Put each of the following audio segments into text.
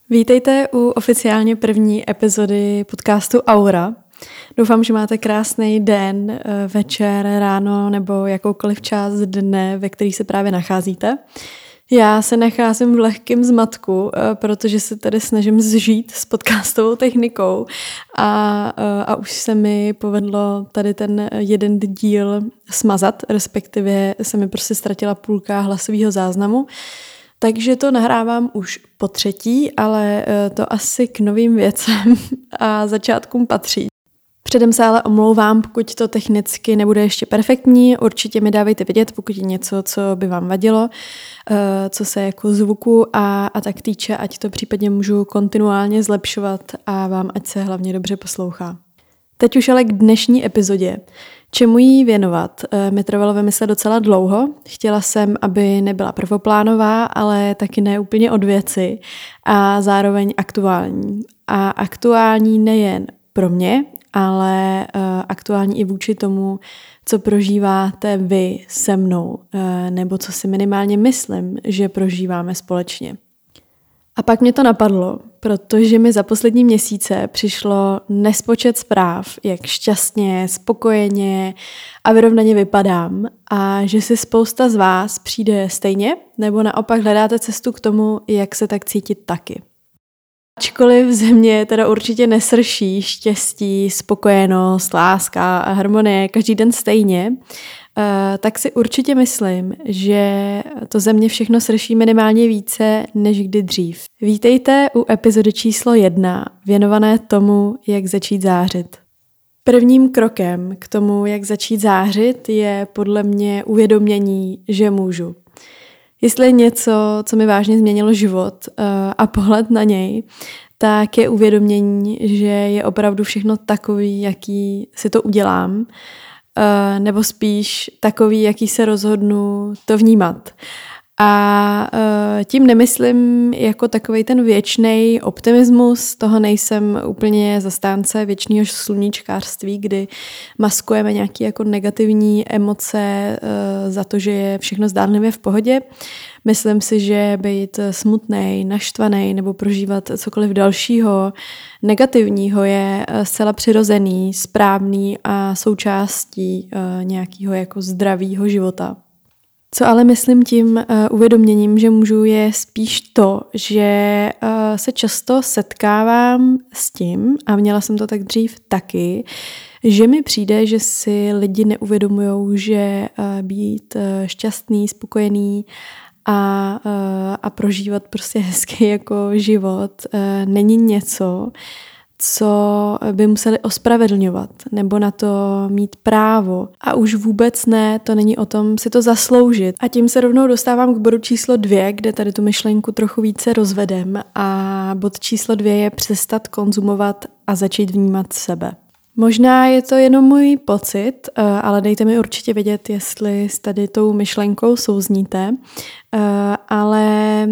Vítejte u oficiálně první epizody podcastu Aura. Doufám, že máte krásný den, večer, ráno nebo jakoukoliv část dne, ve který se právě nacházíte. Já se nacházím v lehkém zmatku, protože se tady snažím zžít s podcastovou technikou a už se mi povedlo tady ten jeden díl smazat, respektive se mi prostě ztratila půlka hlasového záznamu. Takže to nahrávám už po třetí, ale to asi k novým věcem a začátkům patří. Předem se ale omlouvám, pokud to technicky nebude ještě perfektní, určitě mi dávejte vědět, pokud je něco, co by vám vadilo, co se jako zvuku a tak týče, ať to případně můžu kontinuálně zlepšovat a vám ať se hlavně dobře poslouchá. Teď už ale k dnešní epizodě. Čemu jí věnovat? Mi trvalo vymyslet docela dlouho. Chtěla jsem, aby nebyla prvoplánová, ale taky ne úplně od věci a zároveň aktuální. A aktuální nejen pro mě, ale aktuální i vůči tomu, co prožíváte vy se mnou, nebo co si minimálně myslím, že prožíváme společně. A pak mě to napadlo, protože mi za poslední měsíce přišlo nespočet zpráv, jak šťastně, spokojeně a vyrovnaně vypadám a že si spousta z vás přijde stejně, nebo naopak hledáte cestu k tomu, jak se tak cítit taky. Ačkoliv ze mě teda určitě nesrší štěstí, spokojenost, láska a harmonie každý den stejně, tak si určitě myslím, že to ze mě všechno srší minimálně více než kdy dřív. Vítejte u epizody číslo 1, věnované tomu, jak začít zářit. Prvním krokem k tomu, jak začít zářit, je podle mě uvědomění, že můžu. Jestli je něco, co mi vážně změnilo život a pohled na něj, tak je uvědomění, že je opravdu všechno takový, jaký si to udělám, nebo spíš takový, jaký se rozhodnu to vnímat. A tím nemyslím jako takovej ten věčný optimismus, toho nejsem úplně zastánce věčného sluníčkářství, kdy maskujeme nějaké jako negativní emoce za to, že je všechno zdánlivě v pohodě. Myslím si, že být smutnej, naštvaný nebo prožívat cokoliv dalšího negativního je zcela přirozený, správný a součástí nějakého jako zdravého života. Co ale myslím tím uvědoměním, že můžu, je spíš to, že se často setkávám s tím, a měla jsem to tak dřív taky, že mi přijde, že si lidi neuvědomujou, že být šťastný, spokojený a prožívat prostě hezký jako život není něco, co by museli ospravedlňovat nebo na to mít právo. A už vůbec ne, to není o tom si to zasloužit. A tím se rovnou dostávám k bodu číslo 2, kde tady tu myšlenku trochu více rozvedem. A bod číslo 2 je přestat konzumovat a začít vnímat sebe. Možná je to jenom můj pocit, ale dejte mi určitě vědět, jestli s tady tou myšlenkou souzníte. Ale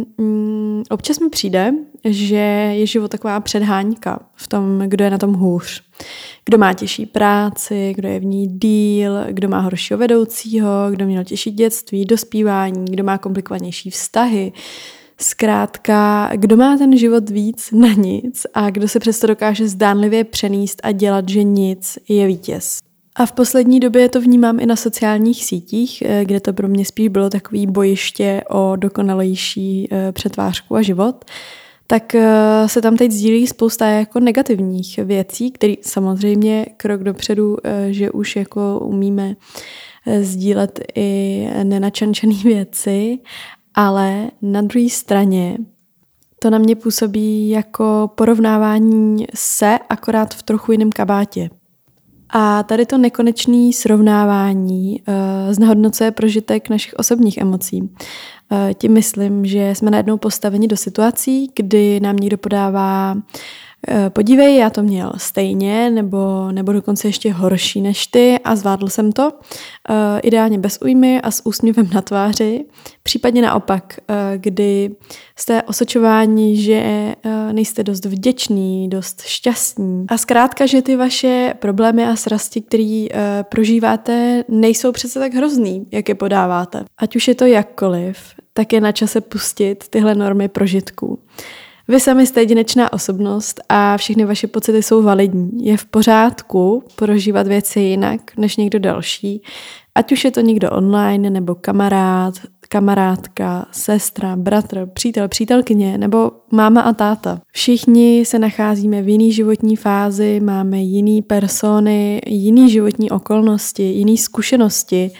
občas mi přijde, že je život taková předháňka v tom, kdo je na tom hůř. Kdo má těžší práci, kdo je v ní díl, kdo má horšího vedoucího, kdo měl těžší dětství, dospívání, kdo má komplikovanější vztahy. Zkrátka, kdo má ten život víc na nic a kdo se přesto dokáže zdánlivě přenést a dělat, že nic, je vítěz. A v poslední době to vnímám i na sociálních sítích, kde to pro mě spíš bylo takový bojiště o dokonalejší přetvářku a život. Tak se tam teď sdílí spousta jako negativních věcí, které samozřejmě krok dopředu, že už jako umíme sdílet i nenačančené věci, ale na druhé straně to na mě působí jako porovnávání se akorát v trochu jiném kabátě. A tady to nekonečné srovnávání znehodnocuje prožitek našich osobních emocí. Tím myslím, že jsme najednou postaveni do situací, kdy nám někdo podává podívej, já to měl stejně, nebo dokonce ještě horší než ty a zvládl jsem to. Ideálně bez újmy a s úsměvem na tváři. Případně naopak, kdy jste osočováni, že nejste dost vděční, dost šťastní. A zkrátka, že ty vaše problémy a srasti, které prožíváte, nejsou přece tak hrozný, jak je podáváte. Ať už je to jakkoliv, tak je na čase pustit tyhle normy prožitků. Vy sami jste jedinečná osobnost a všechny vaše pocity jsou validní. Je v pořádku prožívat věci jinak než někdo další, ať už je to někdo online, nebo kamarád, kamarádka, sestra, bratr, přítel, přítelkyně nebo máma a táta. Všichni se nacházíme v jiný životní fázi, máme jiný persony, jiný životní okolnosti, jiný zkušenosti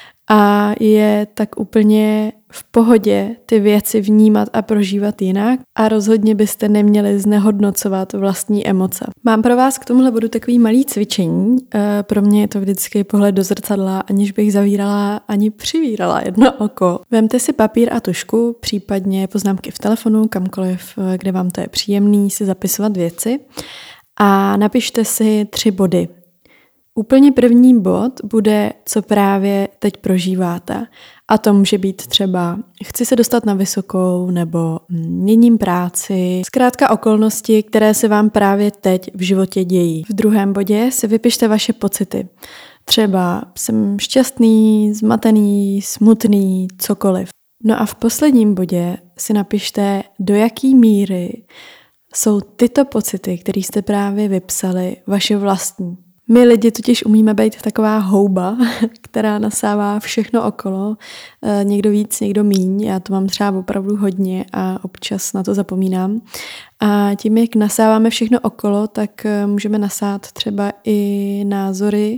a je tak úplně v pohodě ty věci vnímat a prožívat jinak a rozhodně byste neměli znehodnocovat vlastní emoce. Mám pro vás k tomuhle bodu takový malý cvičení. Pro mě je to vždycky pohled do zrcadla, aniž bych zavírala ani přivírala jedno oko. Vemte si papír a tužku, případně poznámky v telefonu, kamkoliv, kde vám to je příjemný si zapisovat věci a napište si 3 body. Úplně první bod bude, co právě teď prožíváte. A to může být třeba chci se dostat na vysokou nebo měním práci. Zkrátka okolnosti, které se vám právě teď v životě dějí. V druhém bodě si vypište vaše pocity. Třeba jsem šťastný, zmatený, smutný, cokoliv. No a v posledním bodě si napište, do jaký míry jsou tyto pocity, které jste právě vypsali, vaše vlastní. My lidi totiž umíme být taková houba, která nasává všechno okolo, někdo víc, někdo míň, já to mám třeba opravdu hodně a občas na to zapomínám. A tím, jak nasáváme všechno okolo, tak můžeme nasát třeba i názory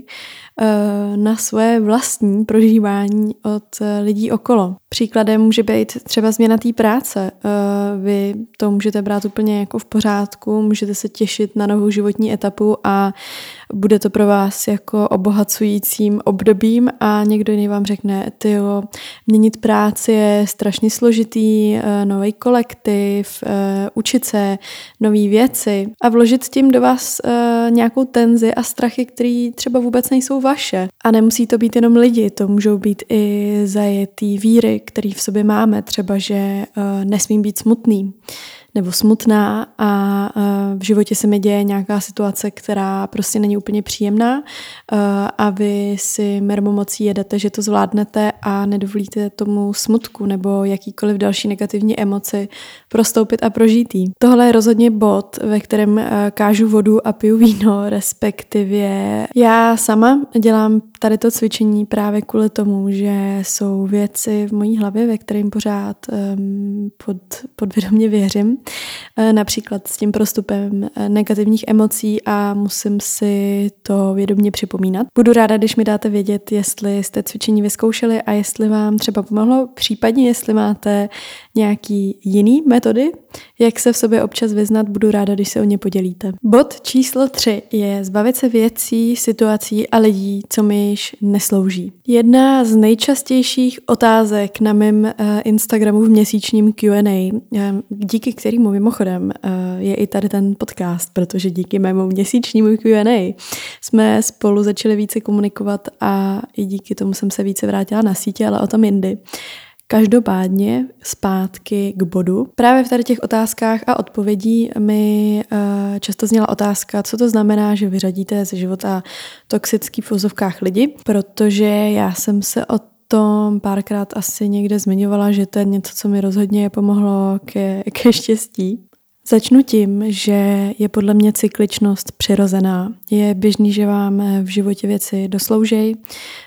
na své vlastní prožívání od lidí okolo. Příkladem může být třeba změna té práce. Vy to můžete brát úplně jako v pořádku, můžete se těšit na novou životní etapu a bude to pro vás jako obohacujícím obdobím a někdo jiný vám řekne, tyjo, měnit práci je strašně složitý, nový kolektiv, učit se, nový věci a vložit tím do vás nějakou tenzi a strachy, které třeba vůbec nejsou vaše. A nemusí to být jenom lidi, to můžou být i zajetý víry, který v sobě máme, třeba, že nesmím být smutný nebo smutná a v životě se mi děje nějaká situace, která prostě není úplně příjemná a vy si mermomocí jedete, že to zvládnete a nedovolíte tomu smutku nebo jakýkoliv další negativní emoci prostoupit a prožít jí. Tohle je rozhodně bod, ve kterém kážu vodu a piju víno, respektive já sama dělám tady to cvičení právě kvůli tomu, že jsou věci v mojí hlavě, ve kterým pořád podvědomě věřím. Například s tím prostupem negativních emocí a musím si to vědomě připomínat. Budu ráda, když mi dáte vědět, jestli jste cvičení vyzkoušeli a jestli vám třeba pomohlo, případně jestli máte nějaký jiný metody, jak se v sobě občas vyznat, budu ráda, když se o ně podělíte. Bod číslo 3 je zbavit se věcí, situací a lidí, co mi již neslouží. Jedna z nejčastějších otázek na mém Instagramu v měsíčním Q&A, díky kterému mimochodem je i tady ten podcast, protože díky mému měsíčnímu Q&A jsme spolu začali více komunikovat a i díky tomu jsem se více vrátila na sítě, ale o tom jindy. Každopádně zpátky k bodu. Právě v tady těch otázkách a odpovědí mi často zněla otázka, co to znamená, že vyřadíte ze života toxický v uvozovkách lidi, protože já jsem se o tom párkrát asi někde zmiňovala, že to je něco, co mi rozhodně pomohlo ke štěstí. Začnu tím, že je podle mě cykličnost přirozená. Je běžný, že vám v životě věci dosloužej,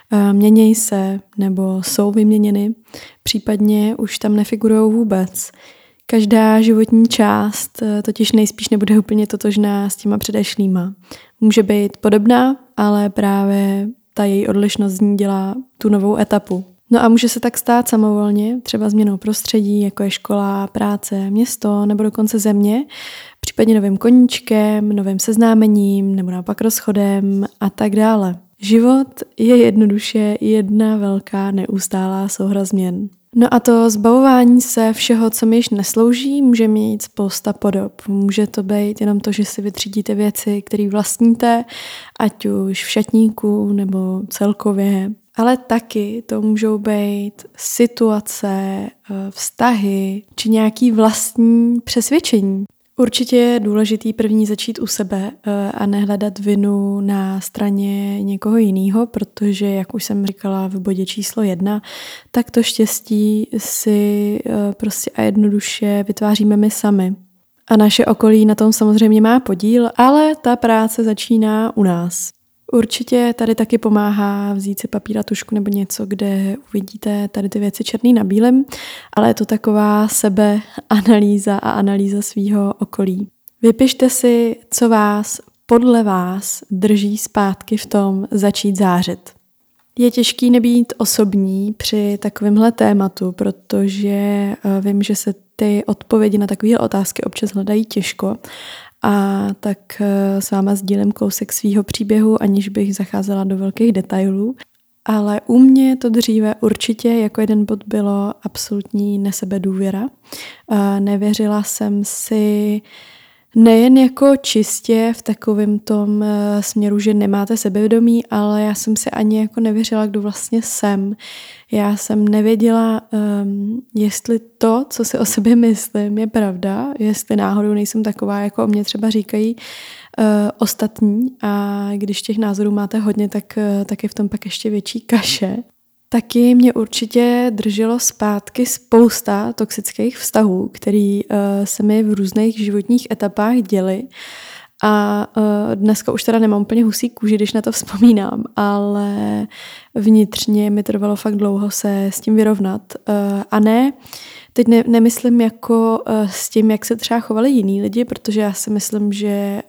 měněj se nebo jsou vyměněny, případně už tam nefigurujou vůbec. Každá životní část totiž nejspíš nebude úplně totožná s těma předešlýma. Může být podobná, ale právě ta její odlišnost z ní dělá tu novou etapu. No a může se tak stát samovolně, třeba změnou prostředí, jako je škola, práce, město nebo dokonce země, případně novým koníčkem, novým seznámením nebo naopak rozchodem a tak dále. Život je jednoduše jedna velká neustálá souhra změn. No a to zbavování se všeho, co mi již neslouží, může mít spousta podob. Může to být jenom to, že si vytřídíte věci, které vlastníte, ať už v šatníku nebo celkově. Ale taky to můžou být situace, vztahy či nějaký vlastní přesvědčení. Určitě je důležitý první začít u sebe a nehledat vinu na straně někoho jiného, protože, jak už jsem říkala v bodě číslo 1, tak to štěstí si prostě a jednoduše vytváříme my sami. A naše okolí na tom samozřejmě má podíl, ale ta práce začíná u nás. Určitě tady taky pomáhá vzít si papír a tužku nebo něco, kde uvidíte tady ty věci černý na bílém, ale je to taková sebeanalýza a analýza svýho okolí. Vypište si, co vás podle vás drží zpátky v tom začít zářit. Je těžký nebýt osobní při takovémhle tématu, protože vím, že se ty odpovědi na takové otázky občas hledají těžko, a tak s váma sdílím kousek svýho příběhu, aniž bych zacházela do velkých detailů. Ale u mě to dříve určitě jako jeden bod bylo absolutní nesebedůvěra. Nevěřila jsem si nejen jako čistě v takovém tom směru, že nemáte sebevědomí, ale já jsem si ani jako nevěřila, kdo vlastně jsem. Já jsem nevěděla, jestli to, co si o sobě myslím, je pravda, jestli náhodou nejsem taková, jako o mě třeba říkají ostatní, a když těch názorů máte hodně, tak je v tom pak ještě větší kaše. Taky mě určitě drželo zpátky spousta toxických vztahů, který se mi v různých životních etapách děly. A dneska už teda nemám úplně husí kůži, když na to vzpomínám, ale vnitřně mi trvalo fakt dlouho se s tím vyrovnat. A ne, teď nemyslím jako s tím, jak se třeba chovali jiní lidi, protože já si myslím, že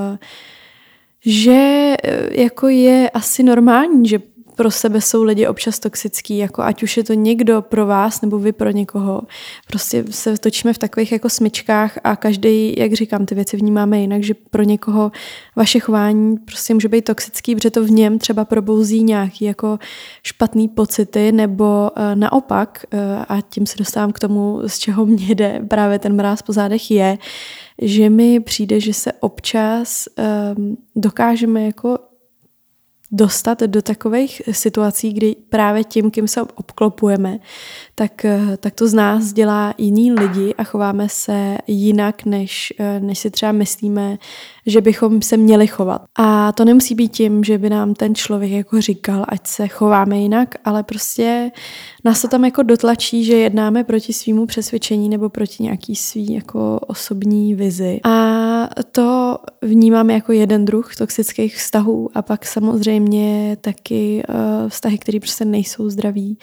jako je asi normální, že pro sebe jsou lidi občas toxický, jako ať už je to někdo pro vás nebo vy pro někoho. Prostě se točíme v takových jako smyčkách a každý, jak říkám, ty věci vnímáme jinak, že pro někoho vaše chování prostě může být toxický, protože to v něm třeba probouzí nějaký jako špatný pocity, nebo naopak, a tím se dostávám k tomu, z čeho mě jde právě ten mráz po zádech, je, že mi přijde, že se občas dokážeme jako dostat do takových situací, kdy právě tím, kým se obklopujeme, tak to z nás dělá jiný lidi a chováme se jinak, než si třeba myslíme, že bychom se měli chovat. A to nemusí být tím, že by nám ten člověk jako říkal, ať se chováme jinak, ale prostě nás to tam jako dotlačí, že jednáme proti svýmu přesvědčení nebo proti nějaký svý jako osobní vizi. A to vnímáme jako jeden druh toxických vztahů a pak samozřejmě taky vztahy, které prostě nejsou zdraví,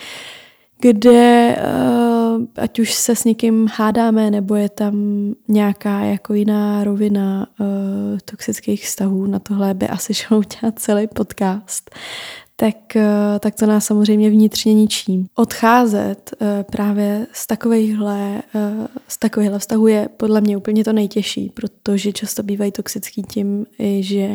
kde ať už se s někým hádáme, nebo je tam nějaká jako jiná rovina toxických vztahů, na tohle by asi šlo udělat celý podcast, tak to nás samozřejmě vnitřně ničí. Odcházet právě z takovýchhle vztahů je podle mě úplně to nejtěžší, protože často bývají toxický tím, že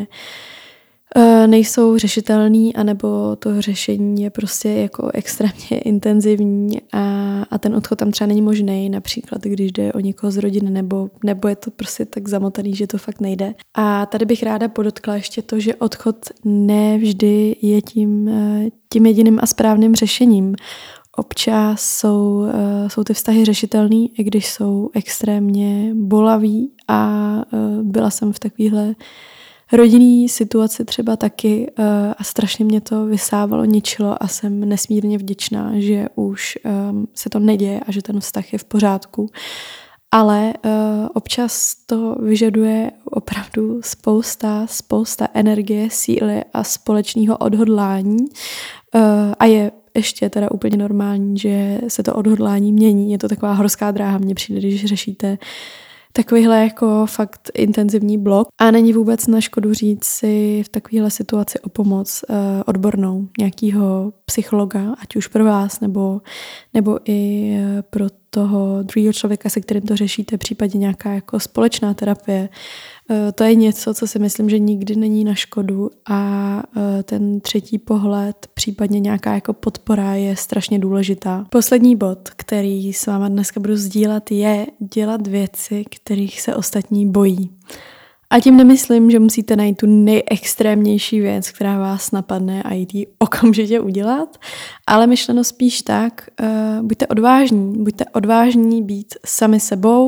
nejsou řešitelný, anebo to řešení je prostě jako extrémně intenzivní a ten odchod tam třeba není možný, například když jde o někoho z rodiny, nebo je to prostě tak zamotaný, že to fakt nejde. A tady bych ráda podotkla ještě to, že odchod nevždy je tím jediným a správným řešením. Občas jsou ty vztahy řešitelný, i když jsou extrémně bolaví, a byla jsem v takovéhle rodinný situaci třeba taky a strašně mě to vysávalo, ničilo a jsem nesmírně vděčná, že už se to neděje a že ten vztah je v pořádku. Ale občas to vyžaduje opravdu spousta energie, síly a společného odhodlání a je ještě teda úplně normální, že se to odhodlání mění. Je to taková horská dráha, mně přijde, když řešíte takovýhle jako fakt intenzivní blok a není vůbec na škodu říct si v takovéhle situaci o pomoc odbornou, nějakého psychologa, ať už pro vás, nebo i pro toho druhého člověka, se kterým to řešíte, případně nějaká jako společná terapie. To je něco, co si myslím, že nikdy není na škodu a ten třetí pohled, případně nějaká jako podpora je strašně důležitá. Poslední bod, který s váma dneska budu sdílet, je dělat věci, kterých se ostatní bojí. A tím nemyslím, že musíte najít tu nejextrémnější věc, která vás napadne a jít ji okamžitě udělat, ale myšleno spíš tak, buďte odvážní být sami sebou,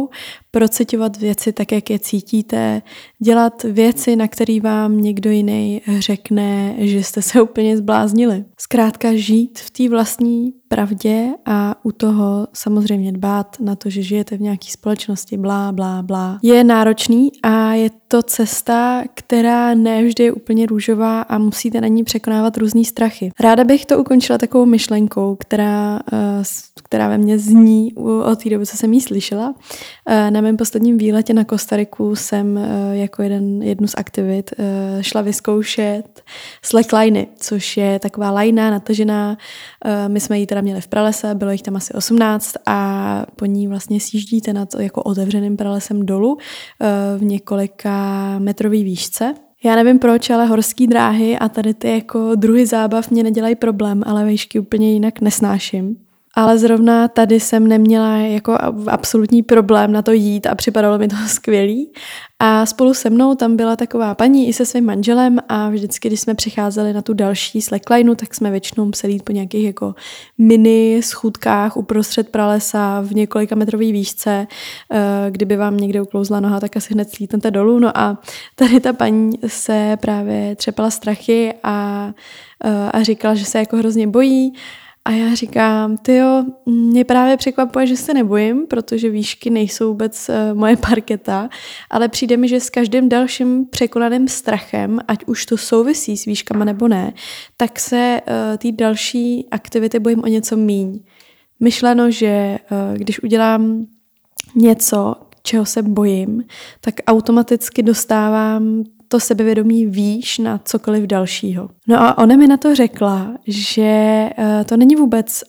procitovat věci tak, jak je cítíte, dělat věci, na které vám někdo jiný řekne, že jste se úplně zbláznili. Zkrátka žít v té vlastní pravdě a u toho samozřejmě dbát na to, že žijete v nějaké společnosti, blá, blá, blá. Je náročný a je to cesta, která ne vždy je úplně růžová a musíte na ní překonávat různý strachy. Ráda bych to ukončila takovou myšlenkou, která ve mně zní od té doby, co jsem jí slyšela. Na mém posledním výletě na Kostariku jsem jako jednu z aktivit šla vyzkoušet slackliney, což je taková lajna natažená. My jsme ji teda měli v pralese, bylo jich tam asi 18 a po ní vlastně sjíždíte nad jako otevřeným pralesem dolů v několika metrový výšce. Já nevím proč, ale horský dráhy a tady ty jako druhy zábav mě nedělají problém, ale výšky úplně jinak nesnáším. Ale zrovna tady jsem neměla jako absolutní problém na to jít a připadalo mi to skvělý. A spolu se mnou tam byla taková paní i se svým manželem a vždycky, když jsme přicházeli na tu další slacklineu, tak jsme většinou museli jít po nějakých jako mini schůdkách uprostřed pralesa v několika metrový výšce. Kdyby vám někde uklouzla noha, tak asi hned slítnete dolů. No a tady ta paní se právě třepala strachy a říkala, že se jako hrozně bojí. A já říkám, tyjo, mě právě překvapuje, že se nebojím, protože výšky nejsou vůbec moje parketa, ale přijde mi, že s každým dalším překonaným strachem, ať už to souvisí s výškama nebo ne, tak se ty další aktivity bojím o něco míň. Myšleno, že když udělám něco, čeho se bojím, tak automaticky dostávám to sebevědomí výš na cokoliv dalšího. No a ona mi na to řekla, že to není vůbec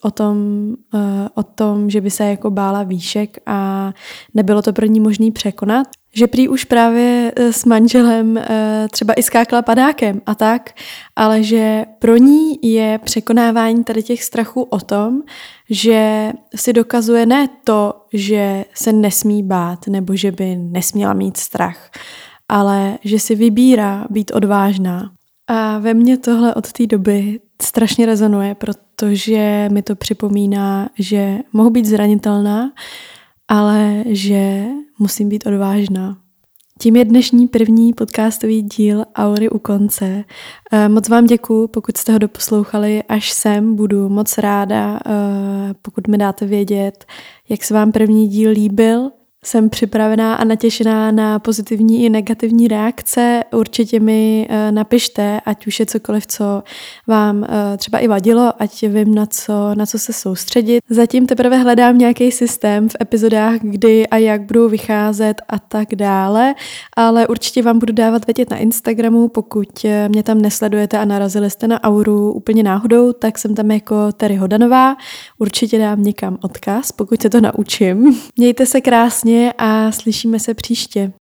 o tom, že by se jako bála výšek a nebylo to pro ní možný překonat, že prý už právě s manželem třeba i skákala padákem a tak, ale že pro ní je překonávání tady těch strachů o tom, že si dokazuje ne to, že se nesmí bát nebo že by nesměla mít strach, ale že si vybírá být odvážná. A ve mně tohle od té doby strašně rezonuje, protože mi to připomíná, že mohu být zranitelná, ale že musím být odvážná. Tím je dnešní první podcastový díl Aury u konce. Moc vám děkuju, pokud jste ho doposlouchali až sem, budu moc ráda, pokud mi dáte vědět, jak se vám první díl líbil. Jsem připravená a natěšená na pozitivní i negativní reakce. Určitě mi napište, ať už je cokoliv, co vám třeba i vadilo, ať vím, na co se soustředit. Zatím teprve hledám nějaký systém v epizodách, kdy a jak budou vycházet a tak dále, ale určitě vám budu dávat vědět na Instagramu, pokud mě tam nesledujete a narazili jste na Auru úplně náhodou, tak jsem tam jako Terry Hodanová. Určitě dám někam odkaz, pokud se to naučím. Mějte se krásně a slyšíme se příště.